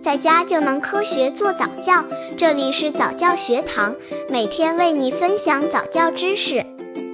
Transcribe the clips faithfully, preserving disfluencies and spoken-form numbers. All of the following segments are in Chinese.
在家就能科学做早教。这里是早教学堂，每天为你分享早教知识。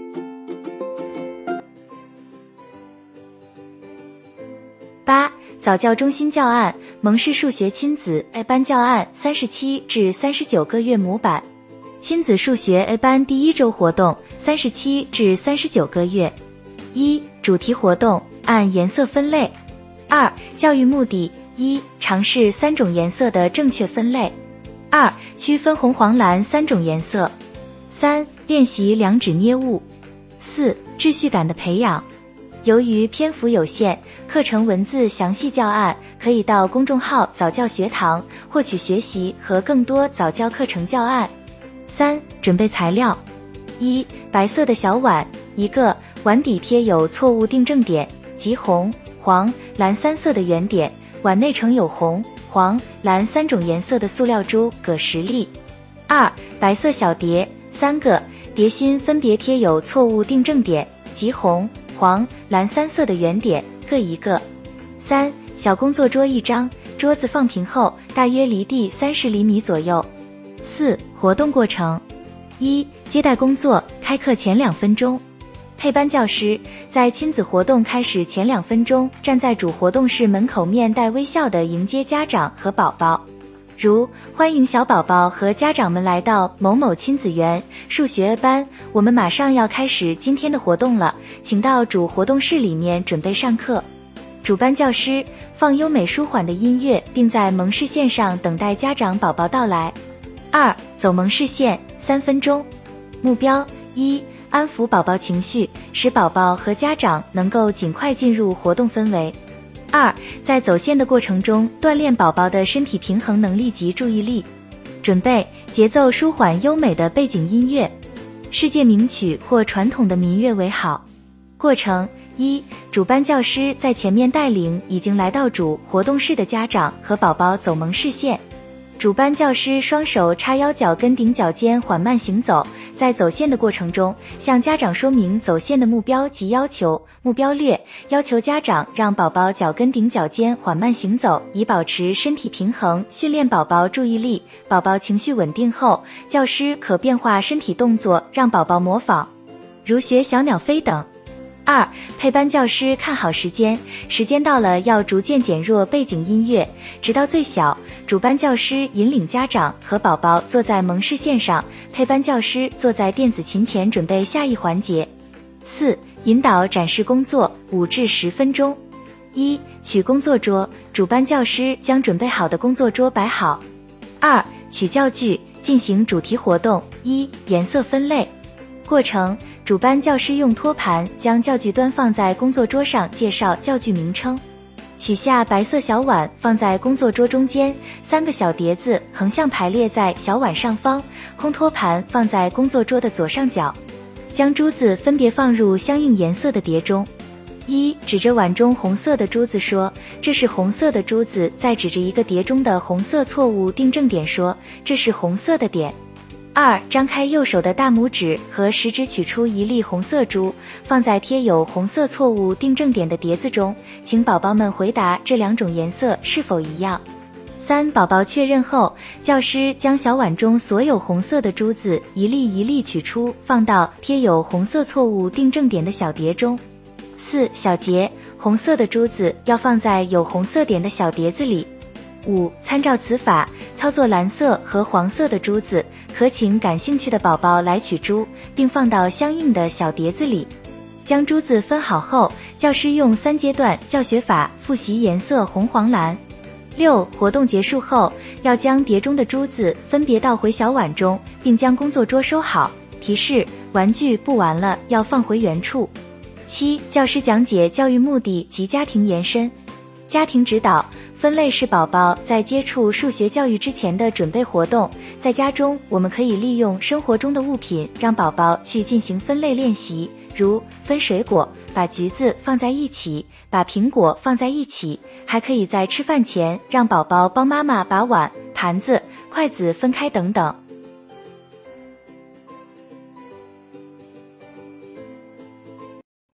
八、早教中心教案，蒙氏数学亲子 A 班教案三十七至三十九个月模板。亲子数学 A 班第一周活动三十七至三十九个月。一、主题活动，按颜色分类。二、教育目的：一、尝试三种颜色的正确分类。二、区分红黄蓝三种颜色。三、练习两指捏物。四、秩序感的培养。由于篇幅有限，课程文字详细教案可以到公众号早教学堂获取学习和更多早教课程教案。三、准备材料。一、白色的小碗一个，碗底贴有错误订正点即红、黄、蓝三色的圆点，碗内盛有红、黄、蓝三种颜色的塑料珠各十粒。二、白色小碟三个，碟心分别贴有错误订正点即红、黄、蓝三色的圆点各一个。三、小工作桌一张，桌子放平后大约离地三十厘米左右。四、活动过程。一、接待工作，开课前两分钟。配班教师在亲子活动开始前两分钟，站在主活动室门口，面带微笑地迎接家长和宝宝，如欢迎小宝宝和家长们来到某某亲子园数学班，我们马上要开始今天的活动了，请到主活动室里面准备上课。主班教师放优美舒缓的音乐，并在蒙视线上等待家长宝宝到来。二、走蒙视线三分钟。目标：一、安抚宝宝情绪，使宝宝和家长能够尽快进入活动氛围。二、在走线的过程中锻炼宝宝的身体平衡能力及注意力。准备：节奏舒缓优美的背景音乐，世界名曲或传统的民乐为好。过程：一、主班教师在前面带领已经来到主活动室的家长和宝宝走蒙视线。主班教师双手叉腰，脚跟顶脚尖，缓慢行走，在走线的过程中向家长说明走线的目标及要求。目标略：要求家长让宝宝脚跟顶脚尖缓慢行走，以保持身体平衡，训练宝宝注意力。宝宝情绪稳定后，教师可变化身体动作让宝宝模仿，如学小鸟飞等。二、配班教师看好时间，时间到了要逐渐减弱背景音乐，直到最小。主班教师引领家长和宝宝坐在蒙视线上，配班教师坐在电子琴前准备下一环节。四、引导展示工作五至十分钟。一、取工作桌，主班教师将准备好的工作桌摆好。二、取教具，进行主题活动。一、颜色分类。过程：主班教师用托盘将教具端放在工作桌上，介绍教具名称。取下白色小碗放在工作桌中间，三个小碟子横向排列在小碗上方，空托盘放在工作桌的左上角。将珠子分别放入相应颜色的碟中。一、指着碗中红色的珠子说：“这是红色的珠子。”再指着一个碟中的红色错误订正点说：“这是红色的点。”二、张开右手的大拇指和食指，取出一粒红色珠，放在贴有红色错误订正点的碟子中，请宝宝们回答这两种颜色是否一样。三、宝宝确认后，教师将小碗中所有红色的珠子一粒一粒取出，放到贴有红色错误订正点的小碟中。四、小节，红色的珠子要放在有红色点的小碟子里。五、参照此法操作蓝色和黄色的珠子，可请感兴趣的宝宝来取珠，并放到相应的小碟子里。将珠子分好后，教师用三阶段教学法复习颜色红黄蓝。六、活动结束后，要将碟中的珠子分别倒回小碗中，并将工作桌收好。提示：玩具不玩了，要放回原处。七、教师讲解教育目的及家庭延伸。家庭指导分类是宝宝在接触数学教育之前的准备活动，在家中我们可以利用生活中的物品让宝宝去进行分类练习，如分水果，把橘子放在一起，把苹果放在一起，还可以在吃饭前让宝宝帮妈妈把碗、盘子、筷子分开等等。